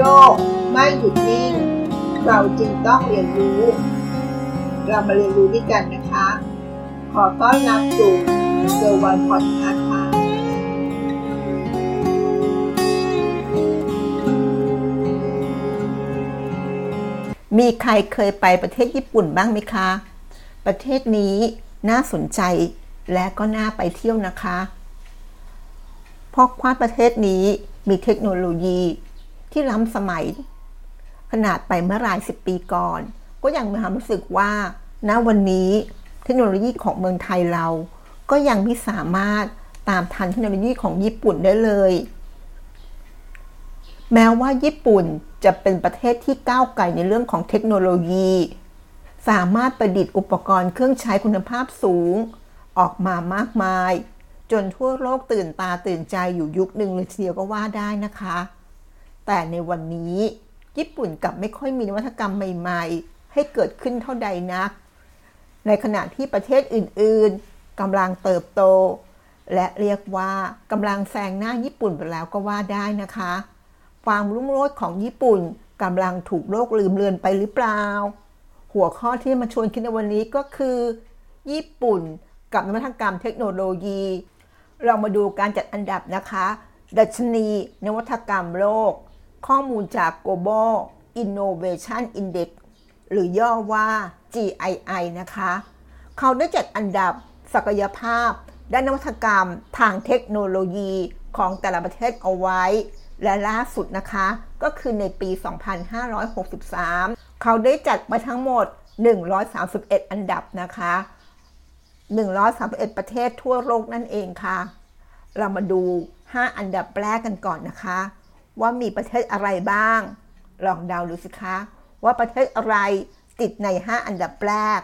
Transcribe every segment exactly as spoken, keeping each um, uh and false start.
กไม่หยุดนิ่งเราจึงต้องเรียนรู้เรามาเรียนรู้ด้วยกันนะคะขอต้อนรับสู่เซอร์วันพอดคาสต์ค่ะมีใครเคยไปประเทศญี่ปุ่นบ้างไหมคะประเทศนี้น่าสนใจและก็น่าไปเที่ยวนะคะเพราะว่าประเทศนี้มีเทคโนโลยีที่ล้ำสมัยขนาดไปเมื่อหลายสิบปีก่อนก็ยังมีความรู้สึกว่าณวันนี้เทคโนโลยีของเมืองไทยเราก็ยังไม่สามารถตามทันเทคโนโลยีของญี่ปุ่นได้เลยแม้ว่าญี่ปุ่นจะเป็นประเทศที่ก้าวไกลในเรื่องของเทคโนโลยีสามารถประดิษฐ์อุปกรณ์เครื่องใช้คุณภาพสูงออกมามากมายจนทั่วโลกตื่นตาตื่นใจอยู่ยุคหนึ่งเลยทีเดียวก็ว่าได้นะคะแต่ในวันนี้ญี่ปุ่นกลับไม่ค่อยมีนวัตกรรมใหม่ๆให้เกิดขึ้นเท่าใดนักในขณะที่ประเทศอื่นๆกำลังเติบโตและเรียกว่ากำลังแซงหน้าญี่ปุ่นไปแล้วก็ว่าได้นะคะความรุ่งโรจน์ของญี่ปุ่นกำลังถูกโลกลืมเลือนไปหรือเปล่าหัวข้อที่มาชวนคิดในวันนี้ก็คือญี่ปุ่นกับนวัตกรรมเทคโนโลยีเรามาดูการจัดอันดับนะคะดัชนีนวัตกรรมโลกข้อมูลจาก Global Innovation Index หรือย่อว่า จี ไอ ไอ นะคะเขาได้จัดอันดับศักยภาพด้านนวัตกรรมทางเทคโนโลยีของแต่ละประเทศเอาไว้และล่าสุดนะคะก็คือในปี สองพันห้าร้อยหกสิบสาม เขาได้จัดมาทั้งหมด หนึ่งร้อยสามสิบเอ็ด อันดับนะคะหนึ่งร้อยสามสิบเอ็ด ประเทศทั่วโลกนั่นเองค่ะเรามาดูห้าอันดับแรกกันก่อนนะคะว่ามีประเทศอะไรบ้างลองเดาดูสิคะว่าประเทศอะไรติดในห้าอันดับแรก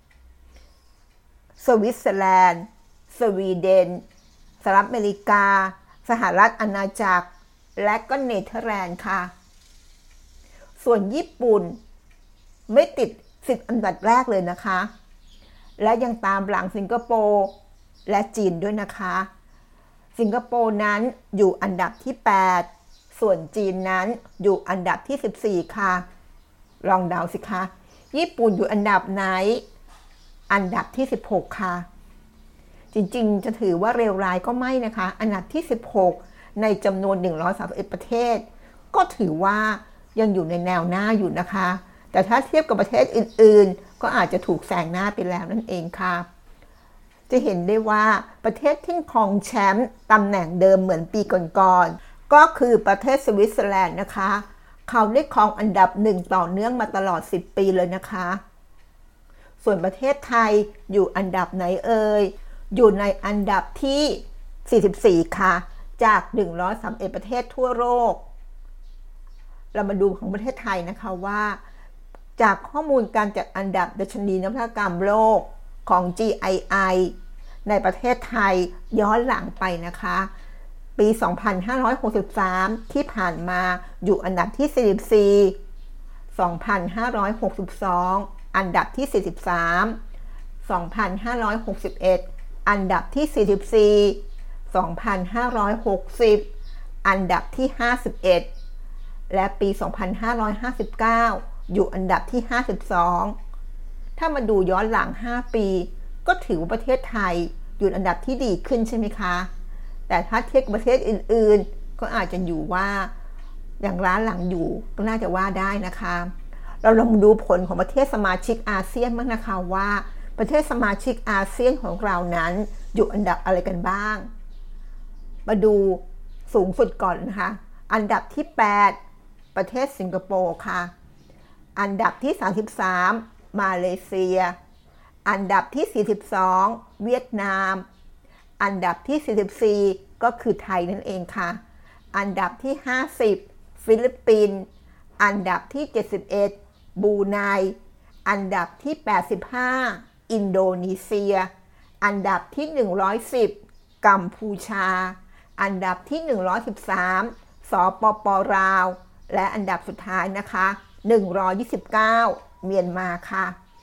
สวิตเซอร์แลนด์สวีเดนสหรัฐอเมริกาสหรัฐอาณาจักรและก็เนเธอร์แลนด์ค่ะส่วนญี่ปุ่นไม่ติดสิบอันดับแรกเลยนะคะและยังตามหลังสิงคโปร์และจีนด้วยนะคะสิงคโปร์นั้นอยู่อันดับที่แปดส่วนจีนนั้นอยู่อันดับที่สิบสี่ค่ะลองเดาสิคะญี่ปุ่นอยู่อันดับไหนอันดับที่สิบหกค่ะจริงๆจะถือว่าเลวร้ายก็ไม่นะคะอันดับที่สิบหกในจำนวนหนึ่งร้อยสามสิบเอ็ดประเทศก็ถือว่ายังอยู่ในแนวหน้าอยู่นะคะแต่ถ้าเทียบกับประเทศอื่นๆก็อาจจะถูกแซงหน้าไปแล้วนั่นเองค่ะจะเห็นได้ว่าประเทศที่ครองแชมป์ตำแหน่งเดิมเหมือนปีก่อนๆก็คือประเทศสวิตเซอร์แลนด์นะคะเขาได้ครองอันดับหนึ่งต่อเนื่องมาตลอดสิบปีเลยนะคะส่วนประเทศไทยอยู่อันดับไหนเอ่ยอยู่ในอันดับที่สี่สิบสี่ค่ะจากหนึ่งร้อยสามสิบเอ็ดประเทศทั่วโลกเรามาดูของประเทศไทยนะคะว่าจากข้อมูลการจัดอันดับดัชนีนวัตกรรมโลกของ จี ไอ ไอ ในประเทศไทยย้อนหลังไปนะคะปี สองพันห้าร้อยหกสิบสาม ที่ผ่านมาอยู่อันดับที่สี่สิบสี่ สองพันห้าร้อยหกสิบสองอันดับที่สี่สิบสาม สองพันห้าร้อยหกสิบเอ็ดอันดับที่สี่สิบสี่ สองพันห้าร้อยหกสิบอันดับที่ห้าสิบเอ็ดและปี สองพันห้าร้อยห้าสิบเก้า อยู่อันดับที่ห้าสิบสองถ้ามาดูย้อนหลังห้าปีก็ถือว่าประเทศไทยอยู่อันดับที่ดีขึ้นใช่ไหมคะแต่ถ้าเทียบกับประเทศอื่นๆก็อาจจะอยู่ว่าอย่างล้าหลังอยู่ก็น่าจะว่าได้นะคะเราลองดูผลของประเทศสมาชิกอาเซียนบ้างนะคะว่าประเทศสมาชิกอาเซียนของเรานั้นอยู่อันดับอะไรกันบ้างมาดูสูงสุดก่อนนะคะอันดับที่แปดประเทศสิงคโปร์ค่ะอันดับที่สามสิบสามมาเลเซียอันดับที่สี่สิบสองเวียดนามอันดับที่สี่สิบสี่ก็คือไทยนั่นเองค่ะอันดับที่ห้าสิบฟิลิปปินส์อันดับที่เจ็ดสิบเอ็ดบรูไนอันดับที่แปดสิบห้าอินโดนีเซียอันดับที่หนึ่งร้อยสิบกัมพูชาอันดับที่หนึ่งร้อยสิบสามสปป.ลาวและอันดับสุดท้ายนะคะหนึ่งร้อยยี่สิบเก้าเมียนมาค่ะ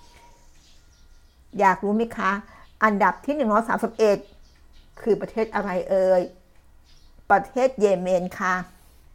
อยากรู้ไหมคะอันดับที่หนึ่งร้อยสามสิบเอ็ดคือประเทศอะไรเอ่ยประเทศเยเมนค่ะ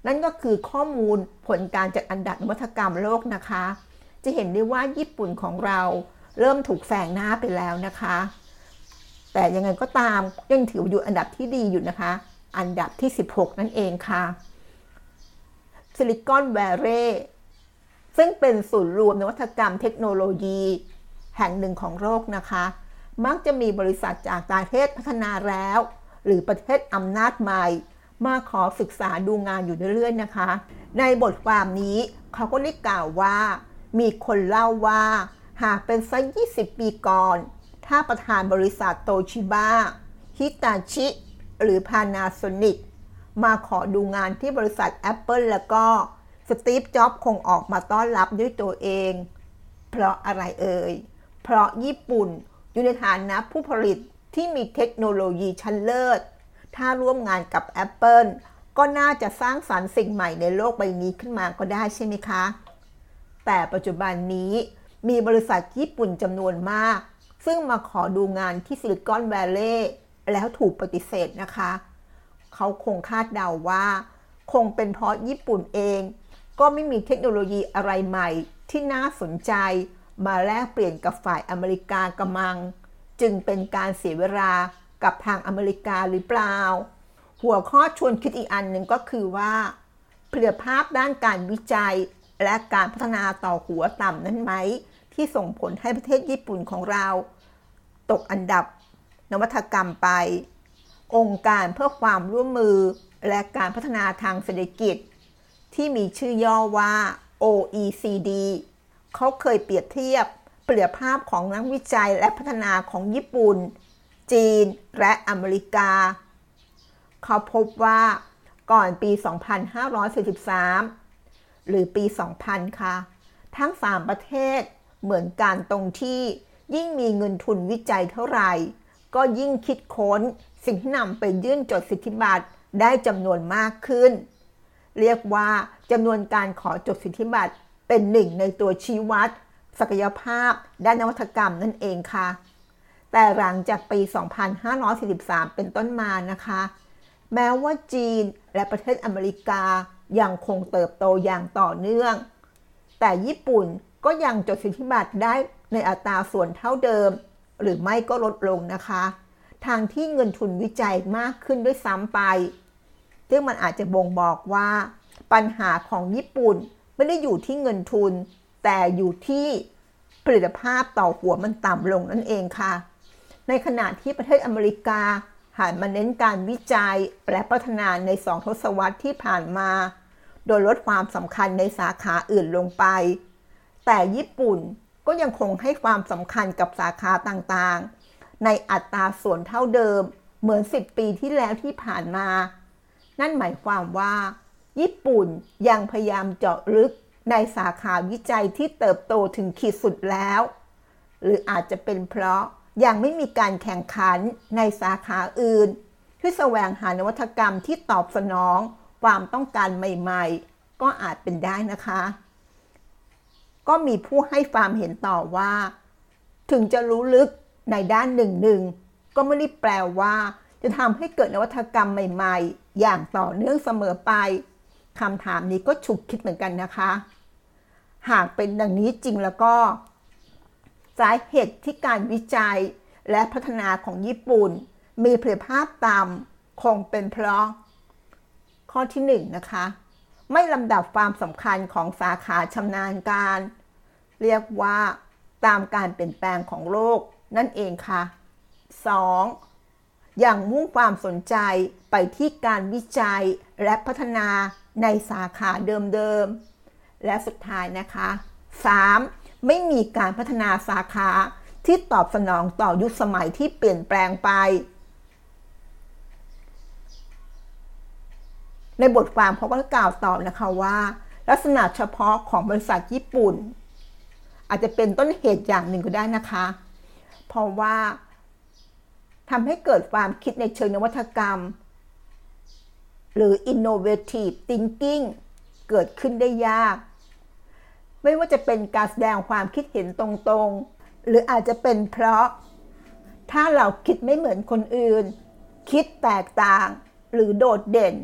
นั่นก็คือข้อมูลผลการจัดอันดับนวัตกรรมโลกนะคะจะเห็นได้ว่าญี่ปุ่นของเราเริ่มถูกแซงหน้าไปแล้วนะคะแต่ยังไงก็ตามยังถืออยู่อันดับที่ดีอยู่นะคะอันดับที่สิบหกนั่นเองค่ะซิลิคอนแวลลีย์ซึ่งเป็นศูนย์รวมนวัตกรรมเทคโนโลยีแห่งหนึ่งของโลกนะคะมักจะมีบริษัทจากประเทศพัฒนาแล้วหรือประเทศอำนาจใหม่มาขอศึกษาดูงานอยู่เรื่อยๆนะคะในบทความนี้เขาก็ได้กล่าวว่ามีคนเล่าว่าหากเป็นสักยี่สิบปีก่อนถ้าประธานบริษัทโตชิบะฮิตาชิหรือ Panasonic มาขอดูงานที่บริษัท Apple แล้วก็สตีฟ จ็อบส์คงออกมาต้อนรับด้วยตัวเองเพราะอะไรเอ่ยเพราะญี่ปุ่นอยู่ในฐานะผู้ผลิตที่มีเทคโนโลยีชั้นเลิศถ้าร่วมงานกับ Apple ก็น่าจะสร้างสรรค์สิ่งใหม่ในโลกใบนี้ขึ้นมาก็ได้ใช่ไหมคะแต่ปัจจุบันนี้มีบริษัทญี่ปุ่นจำนวนมากซึ่งมาขอดูงานที่ซิลิคอนแวลลีย์แล้วถูกปฏิเสธนะคะเขาคงคาดเดาว่าคงเป็นเพราะญี่ปุ่นเองก็ไม่มีเทคโนโลยีอะไรใหม่ที่น่าสนใจมาแลกเปลี่ยนกับฝ่ายอเมริกากำมังจึงเป็นการเสียเวลากับทางอเมริกาหรือเปล่าหัวข้อชวนคิดอีกอันหนึ่งก็คือว่าผลิตภาพด้านการวิจัยและการพัฒนาต่อหัวต่ำนั้นไหมที่ส่งผลให้ประเทศญี่ปุ่นของเราตกอันดับนวัตกรรมไปองค์การเพื่อความร่วมมือและการพัฒนาทางเศรษฐกิจที่มีชื่อย่อว่า โอ อี ซี ดี เขาเคยเปรียบเทียบผลิตภาพของนักวิจัยและพัฒนาของญี่ปุ่นจีนและอเมริกาเขาพบว่าก่อนปี สองพันห้าร้อยสี่สิบสาม หรือปี สองพัน ค่ะทั้งสามประเทศเหมือนกันตรงที่ยิ่งมีเงินทุนวิจัยเท่าไหร่ก็ยิ่งคิดค้นสิ่งที่นำไปยื่นจดสิทธิบัตรได้จำนวนมากขึ้นเรียกว่าจำนวนการขอจดสิทธิบัตรเป็นหนึ่งในตัวชี้วัดศักยภาพด้านนวัตกรรมนั่นเองค่ะแต่หลังจากปี สองพันห้าร้อยสี่สิบสาม เป็นต้นมานะคะแม้ว่าจีนและประเทศอเมริกายังคงเติบโตอย่างต่อเนื่องแต่ญี่ปุ่นก็ยังจดสิทธิบัตรได้ในอัตราส่วนเท่าเดิมหรือไม่ก็ลดลงนะคะทางที่เงินทุนวิจัยมากขึ้นด้วยซ้ำไปซึ่งมันอาจจะบ่งบอกว่าปัญหาของญี่ปุ่นไม่ได้อยู่ที่เงินทุนแต่อยู่ที่ผลิตภาพต่อหัวมันต่ำลงนั่นเองค่ะในขณะที่ประเทศอเมริกาหันมาเน้นการวิจัยและพัฒนาในสองทศวรรษที่ผ่านมาโดยลดความสำคัญในสาขาอื่นลงไปแต่ญี่ปุ่นก็ยังคงให้ความสำคัญกับสาขาต่างๆในอัตราส่วนเท่าเดิมเหมือนสิบปีที่แล้วที่ผ่านมานั่นหมายความว่าญี่ปุ่นยังพยายามเจาะลึกในสาขาวิจัยที่เติบโตถึงขีดสุดแล้วหรืออาจจะเป็นเพราะยังไม่มีการแข่งขันในสาขาอื่นที่แสวงหานวัตกรรมที่ตอบสนองความต้องการใหม่ๆก็อาจเป็นได้นะคะก็มีผู้ให้ความเห็นต่อว่าถึงจะรู้ลึกในด้านหนึ่งๆก็ไม่ได้แปลว่าจะทำให้เกิดนวัตกรรมใหม่ๆอย่างต่อเนื่องเสมอไปคำถามนี้ก็ฉุกคิดเหมือนกันนะคะหากเป็นดังนี้จริงแล้วก็สาเหตุที่การวิจัยและพัฒนาของญี่ปุ่นมีประสิทธิภาพต่ำคงเป็นเพราะข้อที่หนึ่งนะคะไม่ลำดับความสำคัญของสาขาชำนาญการเรียกว่าตามการเปลี่ยนแปลงของโลกนั่นเองค่ะสองอย่างมุ่งความสนใจไปที่การวิจัยและพัฒนาในสาขาเดิมๆและสุดท้ายนะคะสามไม่มีการพัฒนาสาขาที่ตอบสนองต่อยุคสมัยที่เปลี่ยนแปลงไปในบทความเขาก็กล่าวต่อนะคะว่าลักษณะเฉพาะของบริษัทญี่ปุ่นอาจจะเป็นต้นเหตุอย่างหนึ่งก็ได้นะคะเพราะว่าทำให้เกิดความคิดในเชิงนวัตกรรมหรือ innovative thinking เกิดขึ้นได้ยากไม่ว่าจะเป็นการแสดงความคิดเห็นตรงๆหรืออาจจะเป็นเพราะถ้าเราคิดไม่เหมือนคนอื่นคิดแตกต่างหรือโดดเด่น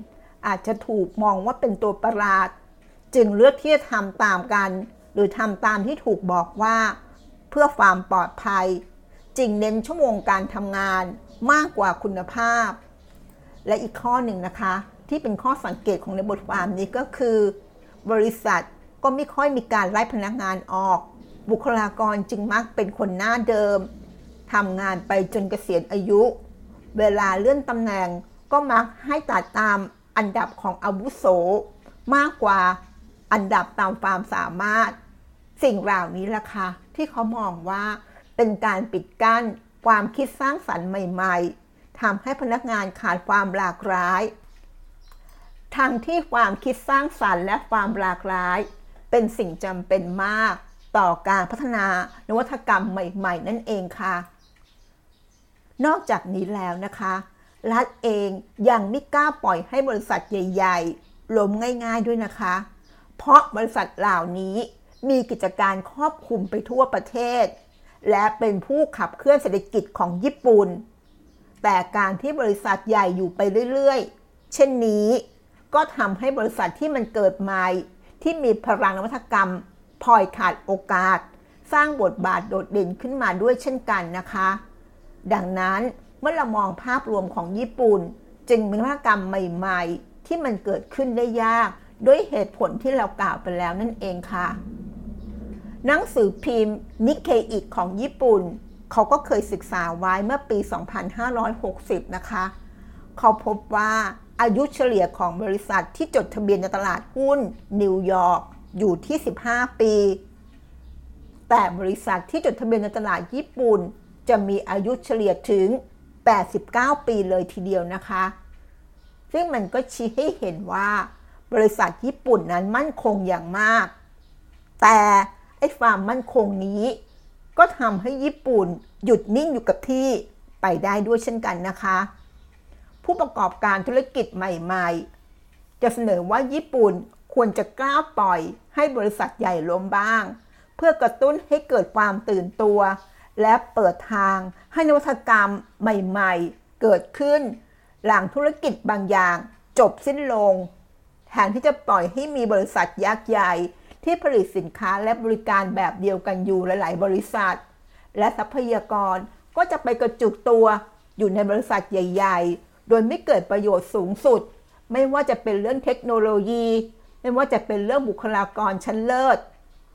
อาจจะถูกมองว่าเป็นตัวประหลาดจึงเลือกที่จะทำตามกันหรือทำตามที่ถูกบอกว่าเพื่อความปลอดภัยจึงเน้นชั่วโมงการทำงานมากกว่าคุณภาพและอีกข้อหนึ่งนะคะที่เป็นข้อสังเกตของในบทความนี้ก็คือบริษัทก็ไม่ค่อยมีการไล่พนักงานออกบุคลากรจึงมักเป็นคนหน้าเดิมทำงานไปจนเกษียณอายุเวลาเลื่อนตำแหน่งก็มักให้ตัดตามอันดับของอาวุโสมากกว่าอันดับตามความสามารถสิ่งเหล่านี้ล่ะค่ะที่เขามองว่าเป็นการปิดกั้นความคิดสร้างสรรค์ใหม่ๆทำให้พนักงานขาดความหลากหลายทั้งที่ความคิดสร้างสรรค์และความหลากหลายเป็นสิ่งจำเป็นมากต่อการพัฒนานวัตกรรมใหม่ๆนั่นเองค่ะนอกจากนี้แล้วนะคะรัฐเองยังไม่กล้าปล่อยให้บริษัทใหญ่ๆล้มง่ายๆด้วยนะคะเพราะบริษัทเหล่านี้มีกิจการครอบคลุมไปทั่วประเทศและเป็นผู้ขับเคลื่อนเศรษฐกิจของญี่ปุ่นแต่การที่บริษัทใหญ่อยู่ไปเรื่อยๆเช่นนี้ก็ทำให้บริษัทที่มันเกิดใหม่ที่มีพลังนวัตกรรมพลอยขาดโอกาสสร้างบทบาทโดดเด่นขึ้นมาด้วยเช่นกันนะคะดังนั้นเมื่อเรามองภาพรวมของญี่ปุ่นจึงมีนวัตกรรมใหม่ๆที่มันเกิดขึ้นได้ยากด้วยเหตุผลที่เรากล่าวไปแล้วนั่นเองค่ะหนังสือพิมพ์นิเคอิของญี่ปุ่นเขาก็เคยศึกษาไว้เมื่อปีสองพันห้าร้อยหกสิบนะคะเขาพบว่าอายุเฉลี่ยของบริษัทที่จดทะเบียนในตลาดหุ้นนิวยอร์กอยู่ที่สิบห้าปีแต่บริษัทที่จดทะเบียนในตลาดญี่ปุ่นจะมีอายุเฉลี่ยถึงแปดสิบเก้าปีเลยทีเดียวนะคะซึ่งมันก็ชี้ให้เห็นว่าบริษัทญี่ปุ่นนั้นมั่นคงอย่างมากแต่ไอ้ความมั่นคงนี้ก็ทำให้ญี่ปุ่นหยุดนิ่งอยู่กับที่ไปได้ด้วยเช่นกันนะคะผู้ประกอบการธุรกิจใหม่ๆจะเสนอว่าญี่ปุ่นควรจะกล้าปล่อยให้บริษัทใหญ่ล้มบ้างเพื่อกระตุ้นให้เกิดความตื่นตัวและเปิดทางให้นวัตกรรมใหม่ๆเกิดขึ้นหลังธุรกิจบางอย่างจบสิ้นลงแทนที่จะปล่อยให้มีบริษัทยักษ์ใหญ่ที่ผลิตสินค้าและบริการแบบเดียวกันอยู่หลายๆบริษัทและทรัพยากรก็จะไปกระจุกตัวอยู่ในบริษัทใหญ่ๆโดยไม่เกิดประโยชน์สูงสุดไม่ว่าจะเป็นเรื่องเทคโนโลยีไม่ว่าจะเป็นเรื่องบุคลากรชั้นเลิศ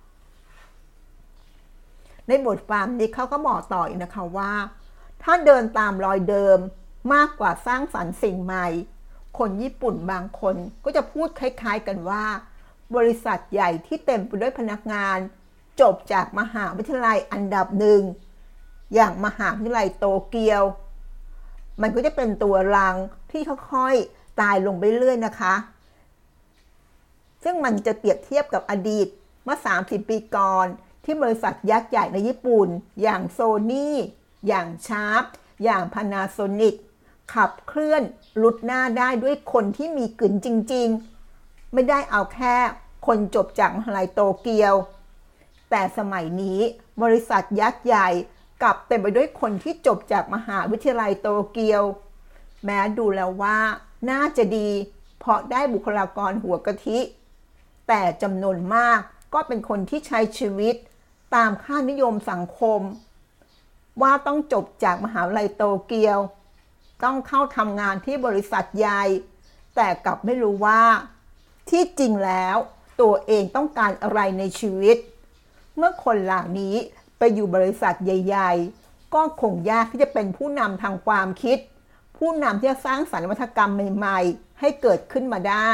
ในบทความนี้เขาก็บอกต่ออีกนะคะว่าถ้าเดินตามรอยเดิมมากกว่าสร้างสรรค์สิ่งใหม่คนญี่ปุ่นบางคนก็จะพูดคล้ายๆกันว่าบริษัทใหญ่ที่เต็มไปด้วยพนักงานจบจากมหาวิทยาลัยอันดับหนึ่งอย่างมหาวิทยาลัยโตเกียวมันก็จะเป็นตัวรังที่ค่อยๆตายลงไปเรื่อยนะคะซึ่งมันจะเปรียบเทียบกับอดีตเมื่อสามสิบปีก่อนที่บริษัทยักษ์ใหญ่ในญี่ปุ่นอย่างโซนี่อย่างชาร์ปอย่างพานาโซนิกขับเคลื่อนลุดหน้าได้ด้วยคนที่มีกึ๋นจริงๆไม่ได้เอาแค่คนจบจากมหาวิทยาลัยโตเกียวแต่สมัยนี้บริษัทยักษ์ใหญ่กลับเต็มไปด้วยคนที่จบจากมหาวิทยาลัยโตเกียวแม้ดูแล้วว่าน่าจะดีเพราะได้บุคลากรหัวกะทิแต่จำนวนมากก็เป็นคนที่ใช้ชีวิตตามค่านิยมสังคมว่าต้องจบจากมหาวิทยาลัยโตเกียวต้องเข้าทำงานที่บริษัทใหญ่แต่กลับไม่รู้ว่าที่จริงแล้วตัวเองต้องการอะไรในชีวิตเมื่อคนเหล่านี้ไปอยู่บริษัทใหญ่ๆก็คงยากที่จะเป็นผู้นำทางความคิดผู้นำที่จะสร้างสรรค์นวัตกรรมใหม่ๆให้เกิดขึ้นมาได้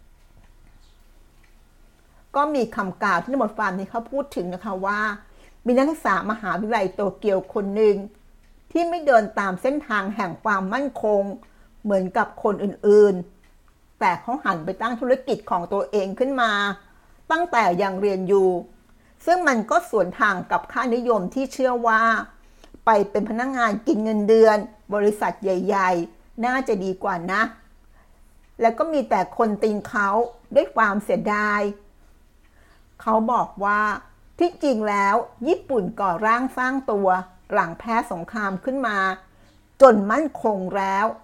ก็มีคำกล่าวที่ในบทความนี้เขาพูดถึงนะคะว่ามีนักศึกษามหาวิทยาลัยโตเกียวคนหนึ่งที่ไม่เดินตามเส้นทางแห่งความมั่นคงเหมือนกับคนอื่นๆแต่เขาหันไปตั้งธุรกิจของตัวเองขึ้นมาตั้งแต่ยังเรียนอยู่ซึ่งมันก็สวนทางกับค่านิยมที่เชื่อว่าไปเป็นพนักงานกินเงินเดือนบริษัทใหญ่ๆน่าจะดีกว่านะแล้วก็มีแต่คนติงเขาด้วยความเสียดายเขาบอกว่าที่จริงแล้วญี่ปุ่นก่อร่างสร้างตัวหลังแพ้สงครามขึ้นมาจนมั่นคงแล้ว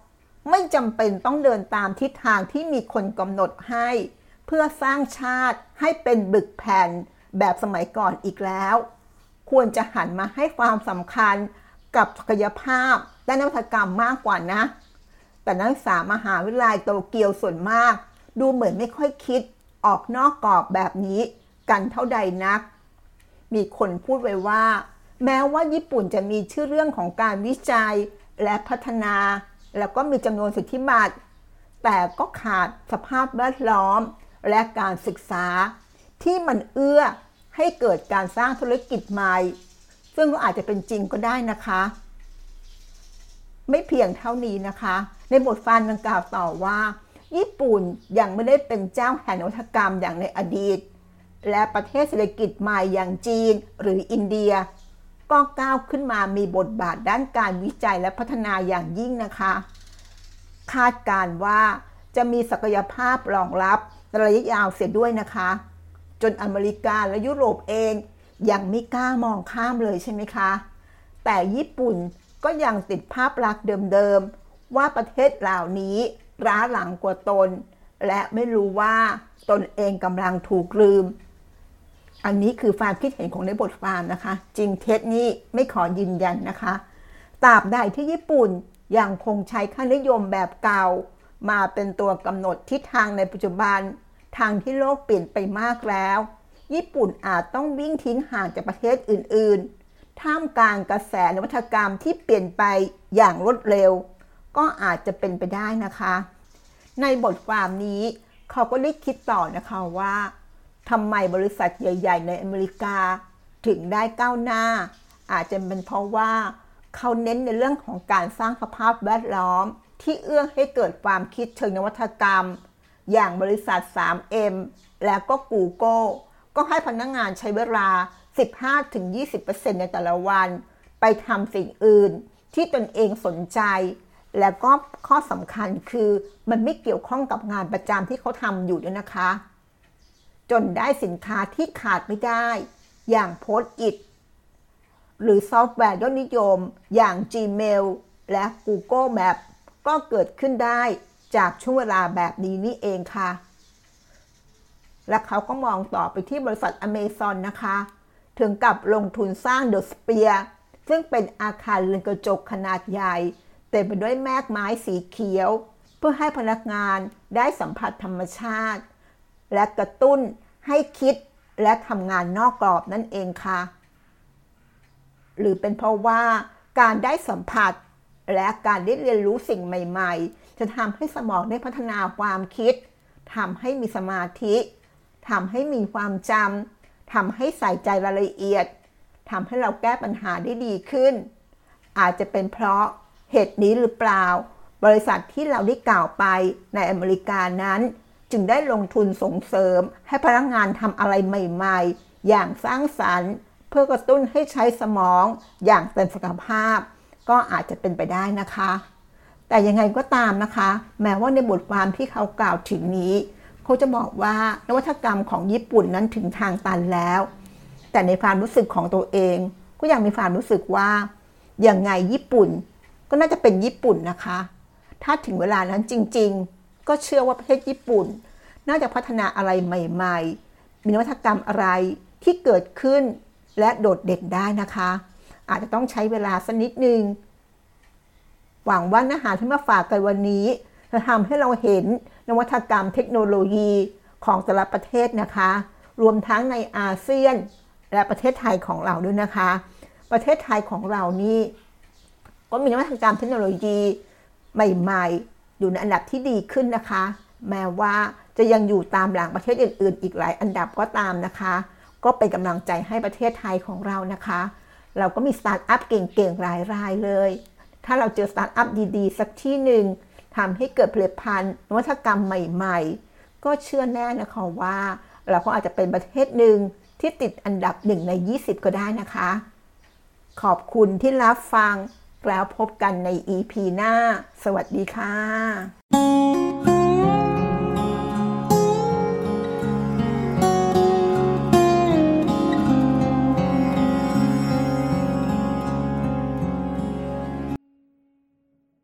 ไม่จำเป็นต้องเดินตามทิศทางที่มีคนกำหนดให้เพื่อสร้างชาติให้เป็นบึกแผ่นแบบสมัยก่อนอีกแล้วควรจะหันมาให้ความสำคัญกับศักยภาพด้านนวัตกรรมมากกว่านะแต่นักศึกษามหาวิทยาลัยโตเกียวส่วนมากดูเหมือนไม่ค่อยคิดออกนอกกรอบแบบนี้กันเท่าใดนักมีคนพูดไว้ว่าแม้ว่าญี่ปุ่นจะมีชื่อเรื่องของการวิจัยและพัฒนาแล้วก็มีจำนวนสิทธิบัตรแต่ก็ขาดสภาพแวดล้อมและการศึกษาที่มันเอื้อให้เกิดการสร้างธุรกิจใหม่ซึ่งก็อาจจะเป็นจริงก็ได้นะคะไม่เพียงเท่านี้นะคะในบทความดังกล่าวต่อว่าญี่ปุ่นยังไม่ได้เป็นเจ้าแห่งนวัตกรรมอย่างในอดีตและประเทศเศรษฐกิจใหม่อย่างจีนหรืออินเดียก็ก้าวขึ้นมามีบทบาทด้านการวิจัยและพัฒนาอย่างยิ่งนะคะคาดการณ์ว่าจะมีศักยภาพรองรับระยะยาวเสียด้วยนะคะจนอเมริกาและยุโรปเองยังไม่กล้ามองข้ามเลยใช่ไหมคะแต่ญี่ปุ่นก็ยังติดภาพลักษณ์เดิมๆว่าประเทศเหล่านี้ล้าหลังกว่าตนและไม่รู้ว่าตนเองกำลังถูกลืมอันนี้คือความคิดเห็นของในบทความนะคะจริงเท็จนี้ไม่ขอยืนยันนะคะตราบใดที่ญี่ปุ่นยังคงใช้ค่านิยมแบบเก่ามาเป็นตัวกำหนดทิศทางในปัจจุบันทางที่โลกเปลี่ยนไปมากแล้วญี่ปุ่นอาจต้องวิ่งทิ้งห่างจากประเทศอื่นๆท่ามกลางกระแสนวัตกรรมที่เปลี่ยนไปอย่างรวดเร็วก็อาจจะเป็นไปได้นะคะในบทความนี้เขาก็ได้คิดต่อนะคะว่าทำไมบริษัทใหญ่ๆในอเมริกาถึงได้ก้าวหน้าอาจจะเป็นเพราะว่าเขาเน้นในเรื่องของการสร้างสภาพแวดล้อมที่เอื้อให้เกิดความคิดเชิงนวัตกรรมอย่างบริษัท ทรี เอ็ม และก็ Google ก็ให้พนักงานใช้เวลา สิบห้าถึงยี่สิบเปอร์เซ็นต์ ในแต่ละวันไปทำสิ่งอื่นที่ตนเองสนใจและก็ข้อสำคัญคือมันไม่เกี่ยวข้องกับงานประจำที่เขาทำอยู่ด้วยนะคะจนได้สินค้าที่ขาดไม่ได้อย่าง Post-it หรือซอฟต์แวร์ยอดนิยมอย่าง Gmail และ Google Map ก็เกิดขึ้นได้จากช่วงเวลาแบบนี้นี่เองค่ะและเขาก็มองต่อไปที่บริษัท Amazon นะคะถึงกับลงทุนสร้าง The Sphere ซึ่งเป็นอาคารเรือนกระจกขนาดใหญ่เต็มไปด้วยแมกไม้สีเขียวเพื่อให้พนักงานได้สัมผัสธรรมชาติและกระตุ้นให้คิดและทำงานนอกกรอบนั่นเองค่ะหรือเป็นเพราะว่าการได้สัมผัสและการได้เรียนรู้สิ่งใหม่ๆจะทำให้สมองได้พัฒนาความคิดทำให้มีสมาธิทำให้มีความจำทำให้ใส่ใจรายละเอียดทำให้เราแก้ปัญหาได้ดีขึ้นอาจจะเป็นเพราะเหตุนี้หรือเปล่าบริษัทที่เราได้กล่าวไปในอเมริกานั้นจึงได้ลงทุนส่งเสริมให้พนักงานทำอะไรใหม่ๆอย่างสร้างสรรค์เพื่อกระตุ้นให้ใช้สมองอย่างเต็มศักยภาพก็อาจจะเป็นไปได้นะคะแต่ยังไงก็ตามนะคะแม้ว่าในบทความที่เขากล่าวถึงนี้เขาจะบอกว่านวัตกรรมของญี่ปุ่นนั้นถึงทางตันแล้วแต่ในความรู้สึกของตัวเองก็ยังมีความรู้สึกว่าอย่างไงญี่ปุ่นก็น่าจะเป็นญี่ปุ่นนะคะถ้าถึงเวลานั้นจริงๆก็เชื่อว่าประเทศญี่ปุ่นน่าจะพัฒนาอะไรใหม่ๆมีนวัตกรรมอะไรที่เกิดขึ้นและโดดเด่นได้นะคะอาจจะต้องใช้เวลาสักนิดนึงหวังว่าเนื้อหาที่มาฝากกันวันนี้จะทำให้เราเห็นนวัตกรรมเทคโนโลยีของแต่ละประเทศนะคะรวมทั้งในอาเซียนและประเทศไทยของเราด้วยนะคะประเทศไทยของเรานี่ก็มีนวัตกรรมเทคโนโลยีใหม่ๆอยู่ในอันดับที่ดีขึ้นนะคะแม้ว่าจะยังอยู่ตามหลังประเทศอื่นๆอีกหลายอันดับก็ตามนะคะก็เป็นกำลังใจให้ประเทศไทยของเรานะคะเราก็มีสตาร์ทอัพเก่งๆหลายรายเลยถ้าเราเจอสตาร์ทอัพดีๆสักที่หนึ่งทำให้เกิดผลิตภัณฑ์นวัตกรรมใหม่ๆก็เชื่อแน่นะคะว่าเราก็อาจจะเป็นประเทศหนึ่งที่ติดอันดับหนึ่งในยี่สิบก็ได้นะคะขอบคุณที่รับฟังแล้วพบกันใน อี พี หน้าสวัสดีค่ะ